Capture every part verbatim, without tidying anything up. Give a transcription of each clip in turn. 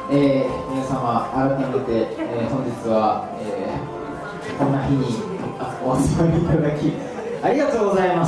えー、皆様改めて、えー、本日は、えー、こんな日にお集まりいただきありがとうございます。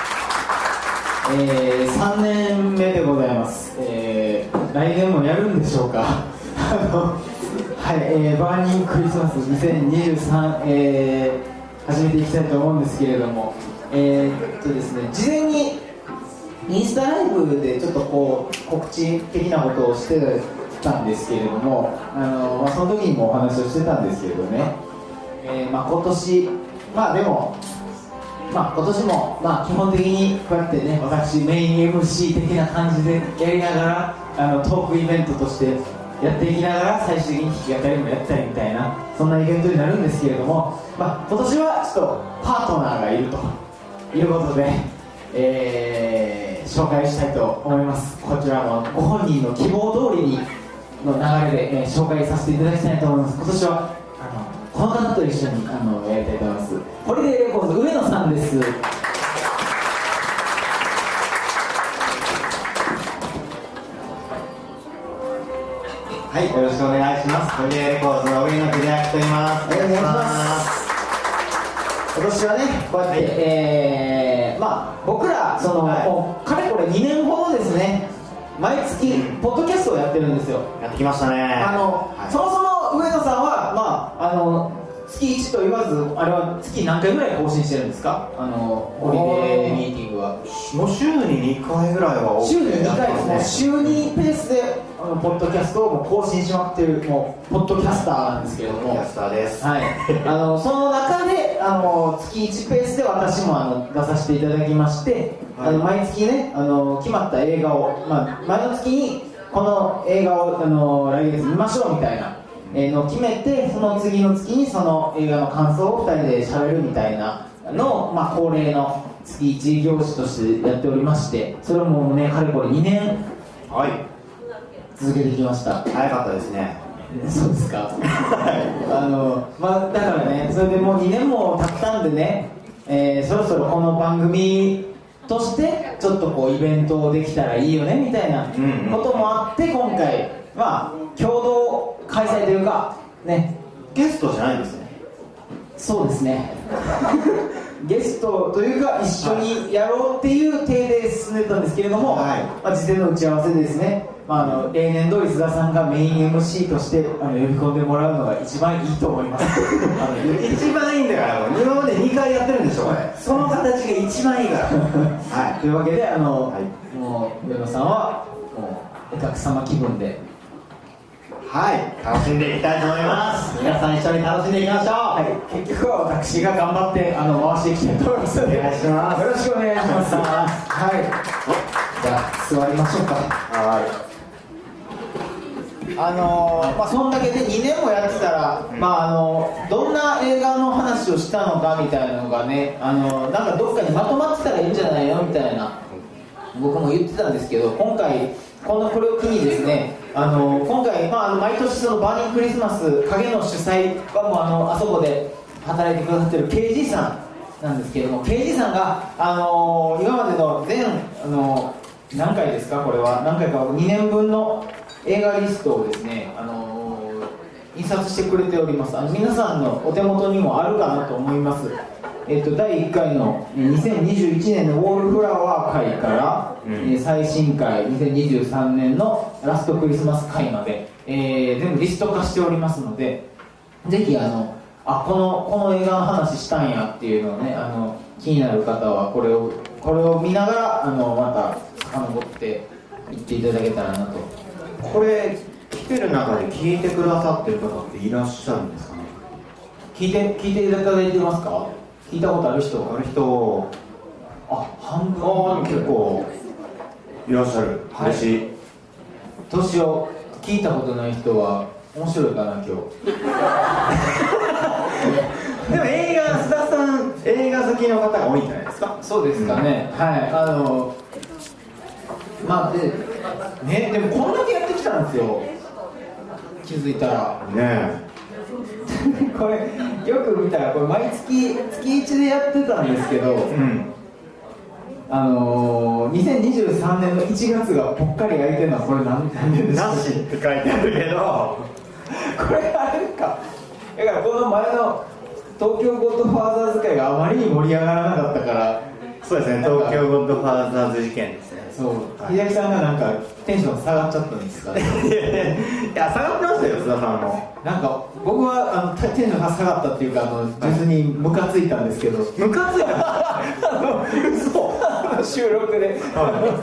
えー、さんねんめでございます。えー、来年もやるんでしょうかあの、はい、えー、バーニングクリスマスにせんにじゅうさん、えー、始めていきたいと思うんですけれども、えー、っとですね、事前にインスタライブでちょっとこう告知的なことをしてたんですけれども、あの、まあ、その時にもお話をしてたんですけれどね、えーまあ、今年、まあでもまあ、今年も、まあ、基本的にこうやってね、私メイン エムシー 的な感じでやりながらあのトークイベントとしてやっていきながら最終的に弾き語りもやったりみたいな、そんなイベントになるんですけれども、まあ、今年はちょっとパートナーがいるということで、えー、紹介したいと思います。こちらもご本人の希望通りにの流れで、えー、紹介させていただきたいと思います。今年はこの方と一緒にあのやりたいと思います。ホリデーレコーズ上野さんです。 はい、よろしくお願いします。ホリデーレコーズの上野秀明と言います。 お願いします。今年はね、こうやって、はい、えー、まあ僕らその、はい、もうかれこれにねんほどですね、毎月ポッドキャストをやってるんですよ。 やってきましたね。 あの、はい、そもそも上野さんはまああの月いちと言わず、あれは月何回ぐらい更新してるんですか？あのホリデーミーティングはもう週ににかいぐらいは週ににかいですね。週にペースであのポッドキャストをもう更新しまってる、もうポッドキャスターなんですけれども、 ポッドキャスターです。 はい。あのその中であの月いちペースで私もあの出させていただきまして、はい、あの毎月ね、あの決まった映画を、まあ、前の月にこの映画をあの来月見ましょうみたいなのを決めて、その次の月にその映画の感想をふたりで喋るみたいなのを、まあ、恒例の月いち行事としてやっておりまして、それをもうね、かれこれにねん続けてきました。 早かったですね。 そうですかあの、まあ、だからね、それでもうにねんも経ったんでね、えー、そろそろこの番組としてちょっとこうイベントできたらいいよねみたいなこともあって、今回まあ共同開催というかね、 ゲストじゃないんですね。 そうですねゲストというか一緒にやろうっていう体で進んでたんですけれども、はい、まあ、事前の打ち合わせでですね、まあ、あの例年通り須田さんがメイン エムシー としてあの呼び込んでもらうのが一番いいと思いますあの一番いいんだから、今までにかいやってるんでしょこれその形が一番いいからはい、というわけであの、はい、もう上野さんはもうお客様気分で、 はい、楽しんでいきたいと思います皆さん一緒に楽しんでいきましょう。 はい、結局は私が頑張ってあの回していきたいと思いますので、 お願いします。 よろしくお願いしますはい、じゃあ座りましょうか。はい、あのー、まあそんだけでにねんもやってたら、うん、まああのどんな映画の話をしたのかみたいなのがね、あのなんかどっかにまとまってたらいいんじゃないのみたいな僕も言ってたんですけど、今回このこれを機にですね、あの今回、まあ、あの毎年そのバーニングクリスマス影の主催はもうあのあそこで働いてくださってる ケージー さんなんですけれども、 ケージー さんが、あの今までの全、あの何回ですか、これは何回かにねんぶんの映画リストをですね、あの印刷してくれております。あの皆さんのお手元にもあるかなと思います。えっと、だいいっかいのにせんにじゅういちねんのウォールフラワー回から、うん、最新回にせんにじゅうさんねんのラストクリスマス回まで、えー、全部リスト化しておりますので、ぜひあのあこのこの映画の話したんやっていうのをね、あの気になる方はこれをこれを見ながらあのまた遡っていっていただけたらなと。 これ来てる中で聞いてくださってる方っていらっしゃるんですかね。 聞いて聞いていただいてますか。聞いたことある人ある人、 あ、半分あ結構いらっしゃる、 はい、嬉しい。どうしよう、聞いたことない人は面白いかな今日でも映画、須田さん映画好きの方が多いんじゃないですか。 そうですかね、うん、はい、あのまあでね、でもこんだけやってきたんですよ、気づいたらねえこれよく見たらこれ毎月月いちでやってたんですけど、うん、 あのー、にせんにじゅうさんねんのいちがつがぽっかり開いてるのはこれ何でですか？ なしって書いてあるけどこれあれか、だからこの前の東京ゴッドファーザーズ会があまりに盛り上がらなかったから、 そうですね、東京ゴッドファーザーズ事件ですね。 そう、 はい、 秀明さんがなんかテンション下がっちゃったんですかね。 いや下がってましたよ、須田さんも。 なんか僕はあのテンションが下がったっていうか、あの別にムカついたんですけど、 ムカついたあの嘘収録で、はい、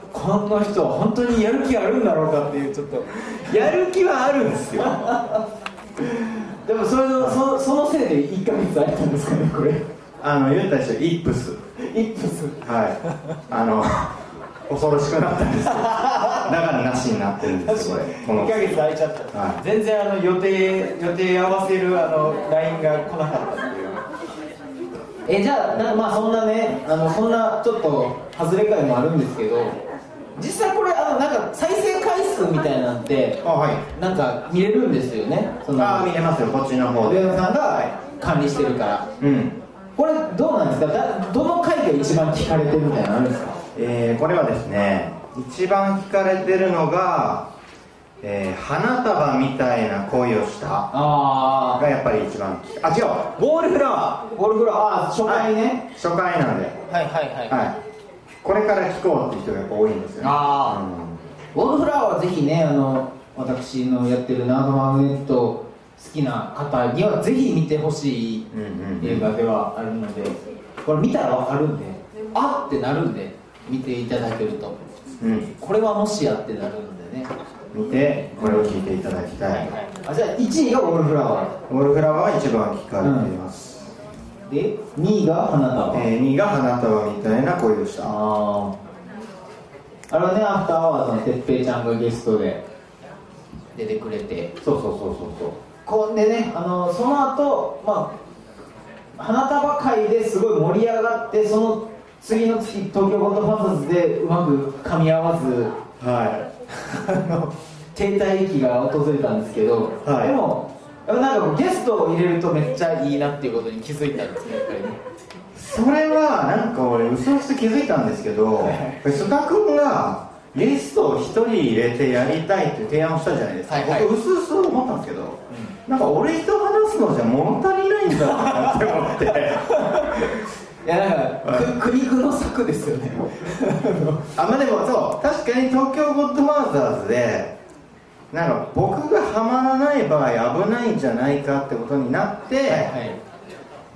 この人は本当にやる気あるんだろうかっていう、ちょっとやる気はあるんですよ。 でもそれの、はい、そ, そのせいでいっかげつ空いたんですかね、これ。 あの言ったでしょ、イップスイップス、 はいあの恐ろしくなったんですよ。だからなしになってるんですよ、これ。 いっかげつ空いちゃった、はい、全然あの予定予定合わせるあの ライン が来なかったっていう。えじゃあなんかまあそんなね、あのそんなちょっと外れ会もあるんですけど、実際これあのなんか再生回数みたいなんて、あ、はい、なんか見れるんですよね。そのあ見れますよ、こっちの方で上野さんが管理してるから、うん、これどうなんですか、だどの回が一番聞かれてるみたいなのあるんですか？ えー、これはですね、一番聞かれてるのが、えー、花束みたいな恋をしたがやっぱり一番聞か、あ違う、ウォールフラワー、 ウォールフラワー、あ初回ね、はい、 初回なんで、 はいはいはい、はい、 これから聞こうっていう人がやっぱ多いんですよね。あ、 うん、ウォールフラワーはぜひね、あの私のやってるナードマグネット好きな方にはぜひ見てほしい映画ではあるので、これ見たら分かるんで、あってなるんで見ていただけると、うん、これはもしやってなるんでね、 見てこれを聞いていただきたい、はいはい、 あじゃあいちいがウォールフラワー、 ウォールフラワーが一番聞かれています、 うん、でにいが花束、 えー、にいが花束みたいな恋をした。ああれはね、アフターアワーズのてっぺいちゃんがゲストで出てくれて、 そうそうそうそうそう、 こんでね、あのその後、まあ花束会ですごい盛り上がって、その次の月東京ゴッドファーザーズでうまく噛み合わず、はい停滞期が訪れたんですけど、はい、でもなんかゲストを入れるとめっちゃいいなっていうことに気づいたんですね、やっぱりね。 それはなんか俺うすうす気づいたんですけど、須田君がゲストをひとり入れてやりたいって提案をしたじゃないですか、はいはい、僕うすうす思ったんですけど、うん、なんか俺と話すのじゃ物足りないんだなって思っていやなんか、はい、苦肉の策ですよねあ、まあでもそう、確かに東京ゴッドファーザーズでなんか僕がハマらない場合危ないんじゃないかってことになって、はいはい、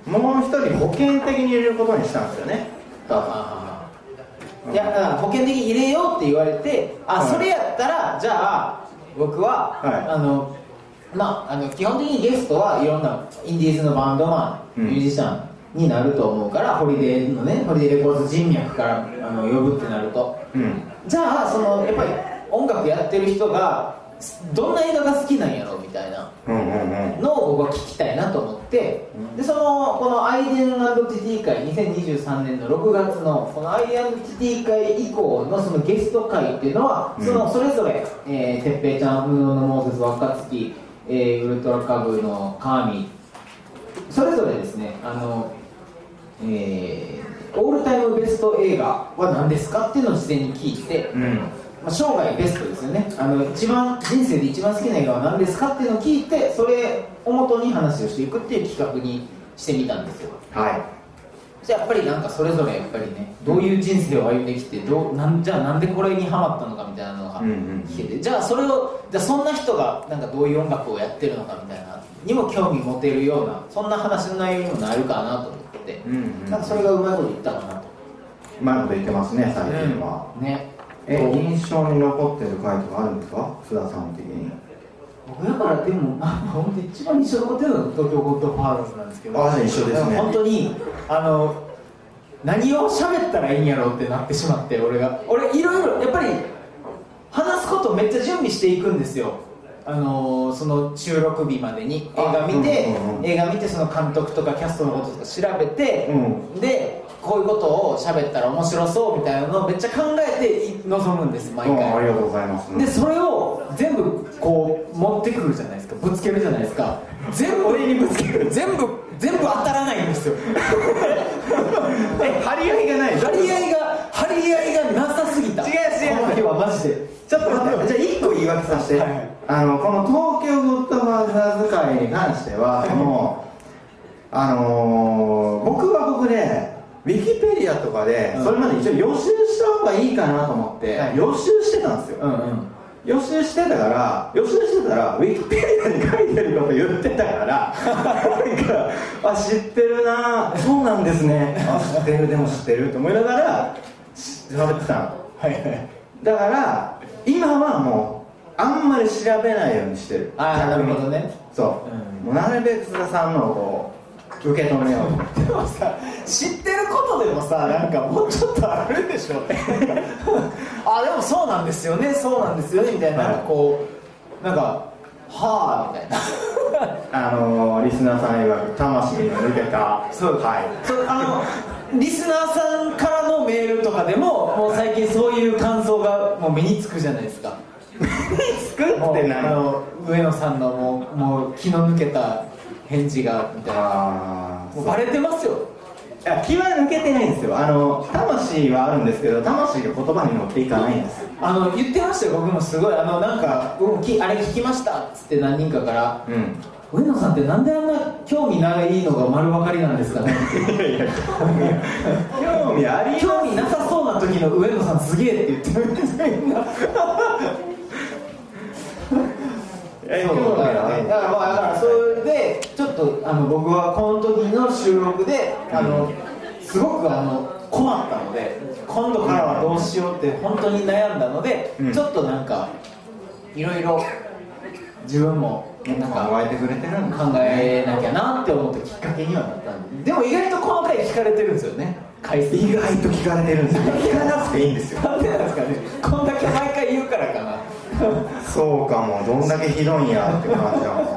もう一人保険的に入れることにしたんですよね。 ああ、いやだから保険的に入れようって言われて、あ、はい、それやったらじゃあ僕は、はい、あのまああの基本的にゲストはいろんなインディーズのバンドマン、うん、ミュージシャンになると思うから、ホリデーのね、ホリデーレコード人脈からあの呼ぶってなると、うん、じゃあそのやっぱり音楽やってる人がどんな映画が好きなんやろみたいなのを僕は聞きたいなと思って、でそのこのアイデンティティ会にせんにじゅうさんねんのろくがつのこのアイデンティティ会以降のそのゲスト会っていうのは、そのそれぞれ、えー、てっぺいちゃん、ムーノのモーセス、若月、えー、ウルトラカブのカーミ、それぞれですね、あの、えー、オールタイムベスト映画は何ですかっていうのを事前に聞いて、うん、まあ、生涯ベストですよね、あの一番人生で一番好きな映画は何ですかっていうのを聞いて、それをもとに話をしていくっていう企画にしてみたんですよ。はい。じゃあやっぱりなんかそれぞれやっぱりね、どういう人生を歩んできて、どうなんじゃあなんでこれにハマったのかみたいなのが聞けて、うんうん、じゃあそれをじゃあそんな人がなんかどういう音楽をやってるのかみたいなにも興味持てるような、そんな話の内容にもなるかなと思って、うんうん、なんかそれがうまいこと言ったかなと。 うまいこと言ってますね、最近は、うん、ね。え、印象に残ってる回とかあるんですか、須田さん的に。 僕だからでも、あ、本当に一番印象に残ってるのが東京ゴッドファーザーズなんですけど、 あ、一緒ですね。 本当にあの何を喋ったらいいんやろうってなってしまって、俺が俺いろいろやっぱり話すことめっちゃ準備していくんですよ。あのー、その収録日までに映画見て、うんうんうん、映画見てその監督とかキャストのこととか調べて、うん、でこういうことを喋ったら面白そうみたいなのをめっちゃ考えて臨むんです、毎回。 ありがとうございます、 ね、でそれを全部こう持ってくるじゃないですか、ぶつけるじゃないですか、全部俺にぶつける、 全部全部当たらないんですよえ、張り合いがない、 張り合いがじゃあいっこ言い訳させて、はいはい、あのこの東京ゴッドファーザーズ会に関してはそのあのー、僕は僕でウィキペディアとかでそれまで一応予習した方がいいかなと思って、はい、予習してたんですよ、うんうん、予習してたから予習してたらウィキペディアに書いてること言ってたからなんかあ知ってるなそうなんですねあ知ってるでも知ってるって思いながら喋ってたの、はいはい、だから今はもうあんまり調べないようにしてる。 ああなるほどね。 そう、うん、もうなるべく須田さんのこう受け止めようでもさ知ってることでもさなんかもうちょっとあるでしょあでもそうなんですよねそうなんですよねみたいな、はい、なんかこうなんかはあみたいなあのー、リスナーさん曰く魂の抜けたそうはいそうあのリスナーさんからのメールとかでももう最近そういう感想がもう目につくじゃないですか目につくって何あの上野さんのもう、もう気の抜けた返事がみたいなもうバレてますよ。 いや気は抜けてないんですよ。あの魂はあるんですけど魂が言葉に乗っていかないんです。 あの言ってましたよ僕もすごいあのなんか僕もきあれ聞きましたっつって何人かから、うん、上野さんってなんであんな興味ないのが丸分かりなんですかねいやいや興味あり興味なさそうな時の上野さんすげえって言ってるんですよみんなそうだからね、だからまあだからそれでちょっとあの僕はこの時の収録であのすごくあの困ったので今度からはどうしようって本当に悩んだので、うん、ちょっとなんかいろいろ自分もなんか考えてくれてるん考えなきゃなって思ったきっかけにはなったんででも意外とこの回聞かれてるんですよね回数意外と聞かれてるんですよ聞かなくていいんですよなんでなんですかねこんだけ毎回言うからかなそうかもどんだけひどいんやって感じだもんな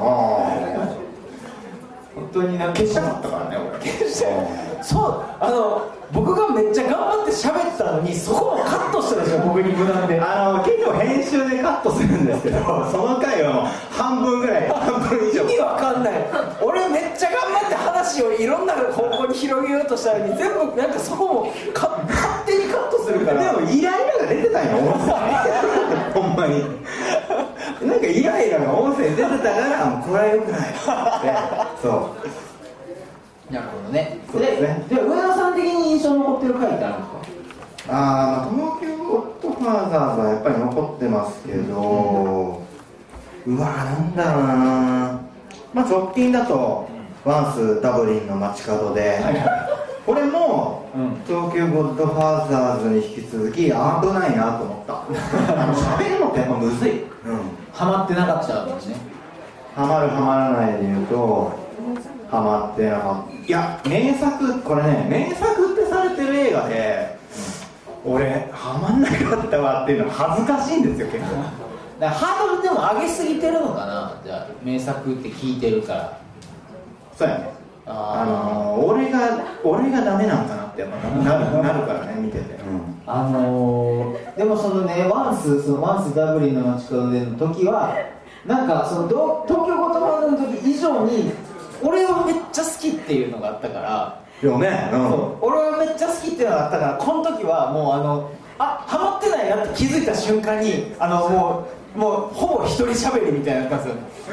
本当になんか消したかったからね俺消したそうあの僕がめっちゃ頑張って喋ったのにそこもカットしたでしょ僕に無断であの結構編集でカットするんですけどその回はもう半分ぐらい半分以上意味わかんない俺めっちゃ頑張って話をいろんな方向に広げようとしたのに全部なんかそこもか勝手にカットするからでもイライラが出てたんよほんまになんかイライラが音声出てたからもうこれはよくないってそうなるほどね。 そうですね。 で、上野さん的に印象に残ってる回ってあるんですか？ああ、東京ゴッドファーザーズはやっぱり残ってますけど、うん、うわーなんだろうな。まあ直近だと、うん、ワンスダブリンの街角で、これも、うん、東京ゴッドファーザーズに引き続き危ないなと思った。あの喋るのってやっぱむずい。うん。 ハマってなかったんですね。 ハマるハマらないで言うと。ハマってなかった。いや名作これね名作ってされてる映画で、うん、俺ハマんなかったわっていうのは恥ずかしいんですよ結構だからハードルでも上げすぎてるのかなじゃあ名作って聞いてるからそうやねああのー、俺が俺がダメなんかなってやっぱなるなるからね見てて、うん、 あのー、でもそのねワンスそのワンスダブリンの街角での時はなんかその東京ゴッドファーザーズの時以上に俺はめっちゃ好きっていうのがあったからよね、うん、 そう俺はめっちゃ好きっていうのがあったからこの時はもうあのあハマってないなって気づいた瞬間にあのもうもうほぼ一人喋りみたいな感じ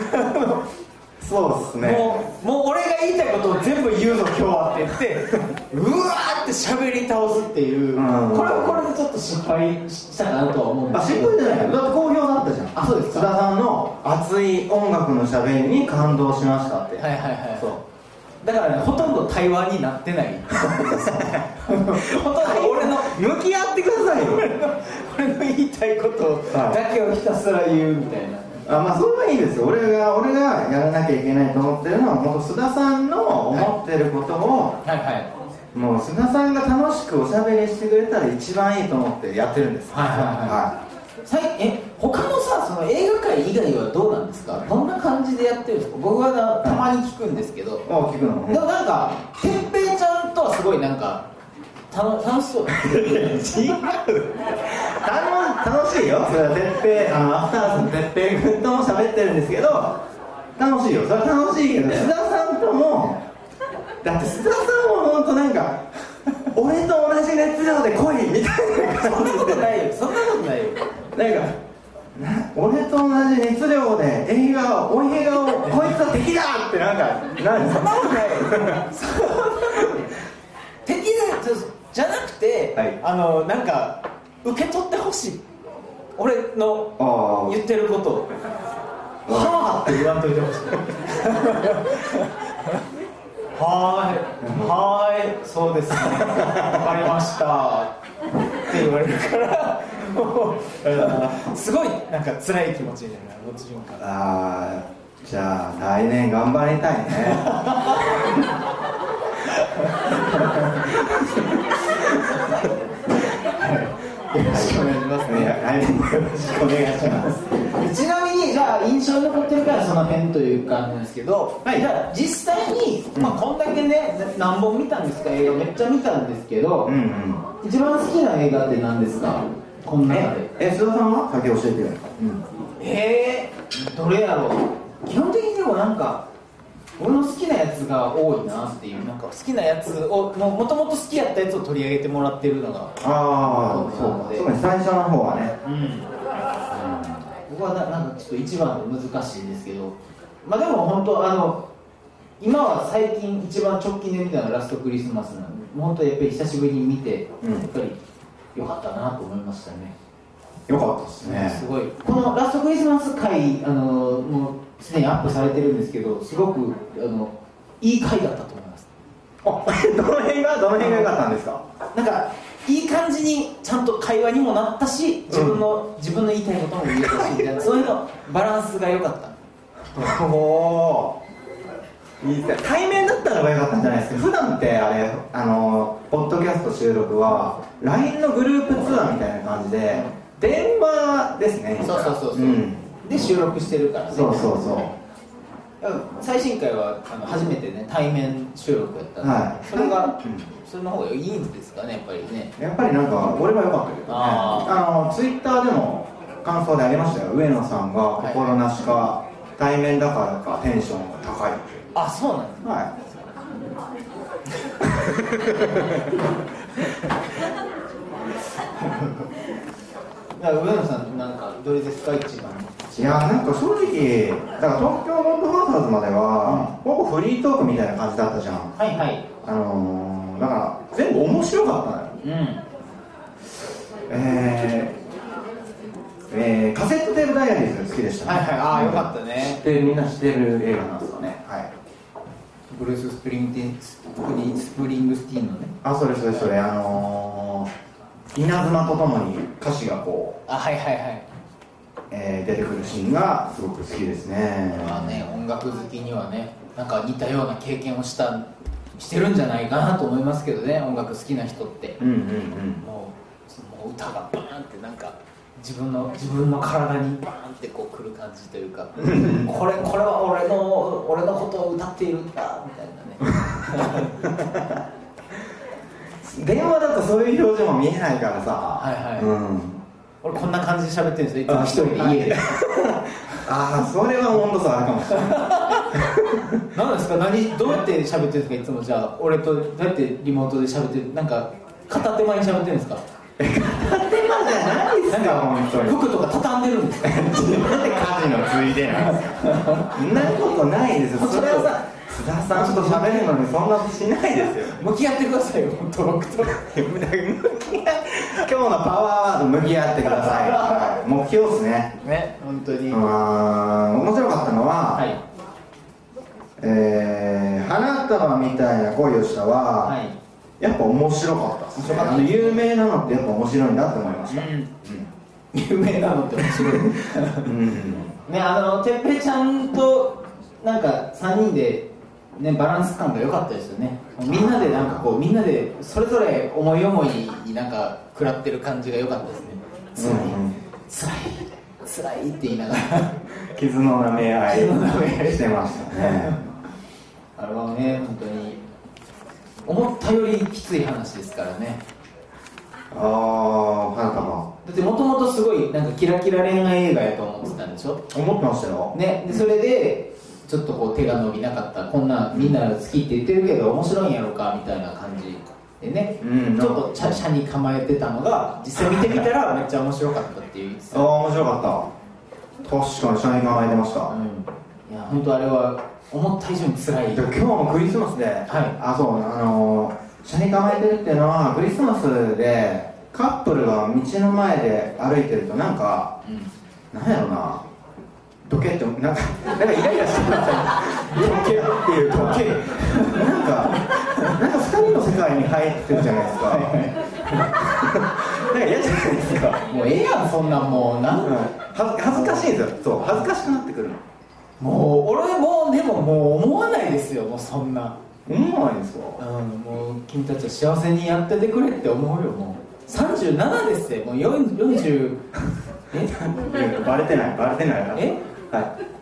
そうですねもう、もう俺が言いたいことを全部言うぞ今日はって言ってうわーって喋り倒すっていう、うん、これはこれでちょっと失敗したかなとは思うんですけどあ失敗じゃないだって好評だったじゃんあそうです須田さんの熱い音楽の喋りに感動しましたってはいはいはいそうだからねほとんど対話になってないほとんど俺の向き合ってくださいよ俺の俺の言いたいことだけをひたすら言うみたいなあまあそれはいいですよ俺が俺がやらなきゃいけないと思ってるのはもう須田さんの思ってることを、はいはいはい、もう須田さんが楽しくおしゃべりしてくれたら一番いいと思ってやってるんですはいはいはい、はい、え他のさその映画界以外はどうなんですかどんな感じでやってるんですか僕はなたまに聞くんですけど、 はい、聞くのでもなんかてっぺいちゃんとはすごいなんか楽, 楽しそう違う楽しいよそれはてっぺいあのアフターズのてっぺい君とも喋ってるんですけど楽しいよそれは楽しいけど須田さんともだって須田さんも本当なんか俺と同じ熱量で来いみたいな感じでそんなことないよそんなことないよなんか俺と同じ熱量で映画を、映画をこいつは敵だってなんか何そんなことない敵だじゃなくて、はい、あのなんか受け取ってほしい俺の言ってることをはぁって言わんといてほしいはーいはーいそうですね分かりましたって言われるからすごいなんか辛い気持ちになるなもちろんからあーじゃあ来年頑張りたいねよろしくお願いしますね。 来年もよろしくお願いしますちなみにじゃあ印象に残ってるからその辺という感じなんですけど、はい、じゃあ実際に、まあ、こんだけね何本見たんですか映画めっちゃ見たんですけど、うんうん、一番好きな映画って何ですかこの中でえ須田さんは先教えてよ、 うん、えー、どれやろう基本的にでもなんか俺の好きなやつが多いなっていうなんか好きなやつをもともと好きやったやつを取り上げてもらってるのがああそうそうね最初の方はねうん、うん、 僕は な, なんかちょっと一番で難しいんですけどまあでも本当あの今は最近一番直近で見たのがラストクリスマスなんでもう本当やっぱり久しぶりに見て、うん、やっぱり良かったなと思いましたね良かったですねすごいこのラストクリスマス回あのもうすでにアップされてるんですけどすごくあのいい回だったと思いますあどの辺がどの辺が良かったんですかなんかいい感じにちゃんと会話にもなったし自分の、うん、自分の言いたいことも言えたしみたいなそういうのバランスが良かったおいい対面だったのが良かったんじゃないですか普段ってあれあのポッドキャスト収録は ライン のグループツアーみたいな感じで電話ですねそうそうそうそう、うんで収録してるからねそうそうそう最新回はあの初めてね対面収録やったんで、はい、それが、うん、それの方がいいんですかねやっぱりねやっぱりなんか俺は良かったけどねあのツイッターでも感想でありましたよ上野さんが心なしか、はい、対面だからかテンションが高いってあそうなんですねはい上野さんなんかどれですか一番いやなんか正直だから東京モンドファーサーズまでは、うん、ほぼフリートークみたいな感じだったじゃんはいはいあのー、だから全部面白かったのよ、うんえーえー、カセットテープダイアリーズ好きでしたねはいはいああよかったね知ってみんな知ってる映画なんですかねはいブルース・スプリングティスプリングスティーンのねあそれそれそれあのー、稲妻とともに歌詞がこうあはいはいはいえー、出てくるシーンがすごく好きですねまあね音楽好きにはねなんか似たような経験をしたしてるんじゃないかなと思いますけどね音楽好きな人ってうんうんうんもう、もう歌がバーンってなんか自分の自分の体にバーンってこうくる感じというかこれこれは俺の俺のことを歌っているんだみたいなね電話だとそういう表情も見えないからさはいはい、 うん俺こんな感じで喋ってるんですよいつも一人で家でああそれは温度差あるかもしれない何ですか何どうやって喋ってるんですかいつもじゃあ俺とどうやってリモートで喋ってるなんか片手間に喋ってるんですか片手間じゃないですか本当に服とか畳んでるんですか自分で家事のついでなんですかそんなことないですよそれはさ須田さんちょっと喋るのにそんなしないですよ向き合ってくださいよ本当僕と今日のパワーワード向き合ってください目標ですねね本当にあ面白かったのは、はいえー、花束みたいな恋をしたは、はい、やっぱ面白かったですねあの有名なのってやっぱ面白いなって思いました、うんうん、 有名なのって面白い、うんね、あのてっぺいちゃんとなんかさんにんでね、バランス感が良かったですよねみんなでなんかこうみんなでそれぞれ思い思いになんか食らってる感じが良かったですねつらい、うん、つらいつらいって言いながら傷の舐め合いしてましたねあれはね本当に思ったよりきつい話ですからねああ花束だってもともとすごいなんかキラキラ恋愛映画やと思ってたんでしょ思ってましたよ、 ね、でそれでちょっとこう手が伸びなかったこんなみんな好きって言ってるけど面白いんやろうかみたいな感じでね、うん、ちょっと車に構えてたのが実際見てみたらめっちゃ面白かったっていうああ面白かっ確かに車に構えてました、うん、 いや本当あれは思った以上に辛い。 今日もクリスマスで、はい、あそうあの車に構えてるっていうのはクリスマスでカップルが道の前で歩いてるとなんか、うん、なんやろなどけってなんかなんかイライラしてくださいどけっていうかなんかなんかふたりの世界に入ってるじゃないですかなんか嫌じゃないですか。 もうええやんそんなんもうなん、うん、 恥, 恥ずかしいんですよ。そう恥ずかしくなってくるの。 もう俺もでももう思わないですよ。もうそんな思わないですか。 うんもう君たちは幸せにやっててくれって思うよ。もうさんじゅうななですよ。もうよんじゅうえバレてないバレてないえはい、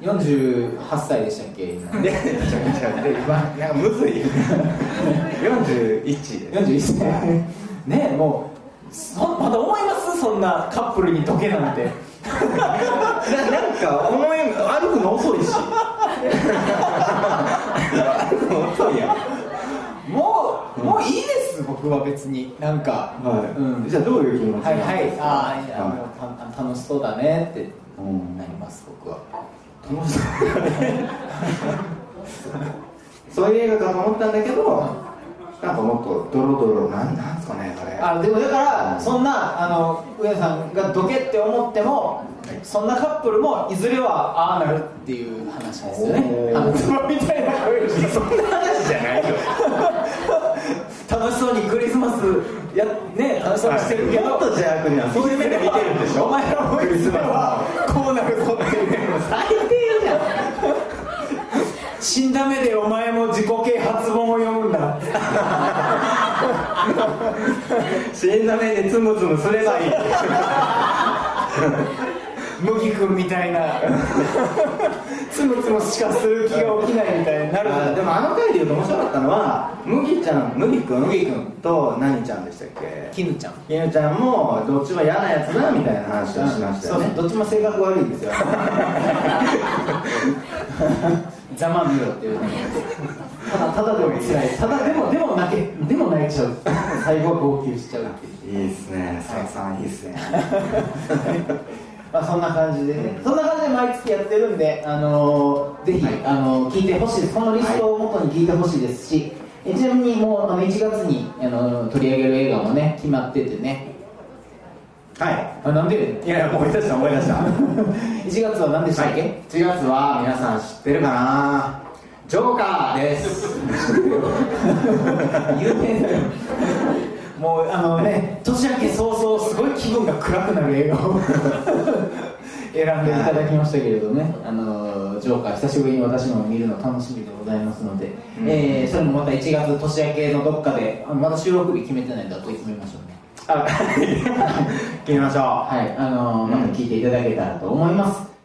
よんじゅうはっさいでしたっけ今でなんかむずいよんじゅういちよんじゅういちねえもうそまだ思いますそんなカップルにどけなんてな, なんか思い歩くの遅いし歩くの遅いやん。 もう、うん、もういいです僕は別になんか、 はいうん、じゃあどういう気持ちはいはいああいや、はい、もうた楽しそうだねってなります僕は。 楽しそうだねそういう映画かと思ったんだけどなんかもっとドロドロなんなんですかねあれ。 あでもだからそんなあの上田さんがどけって思ってもそんなカップルもいずれはああなるっていう話ですよね。あのつまみたいなそんな話じゃないよ楽しそうにクリスマスやね楽しそうにしてるけど、 もっと邪悪にはそういう目で見てるんでしょ。 お前らもクリスマスはこうなるぞっていう最低じゃん死んだ目でお前も自己啓発本を読むんだ死んだ目でつむつむすればいい麦君みたいなつむつむしかする気が起きないみたいになる。 あでもあの回で言うと面白かったのは麦ちゃん麦君麦君と何ちゃんでしたっけ絹ちゃん絹ちゃんもどっちも嫌なやつだみたいな話をしましたよね。 そうどっちも性格悪いんですよざまみろっていうただただでも辛いただでもでも泣けでも泣いちゃう最後は号泣しちゃうっていう。 いいっすね佐々さんいいっすねまあそんな感じでね、そんな感じで毎月やってるんで、あのー、ぜひ、はい、あのー、聞いてほしいです。このリストを元に聞いてほしいですし、えちなみにもうあのいちがつに、あのー、取り上げる映画もね決まっててね。 はいあなんでいやいや思い出した思い出したいちがつは何でしたっけ、はい、 いちがつは皆さん知ってるかなジョーカーです有名だよもうあのね年明け早々すごい気分が暗くなる映画を選んでいただきましたけれどね、あのジョーカー久しぶりに私も見るの楽しみでございますので、うんえー、それもまたいちがつ年明けのどっかであのまだ収録日決めてないんで後で決めましょうね。 あ決めましょう。 はい、あのー、また聞いていただけたらと思います。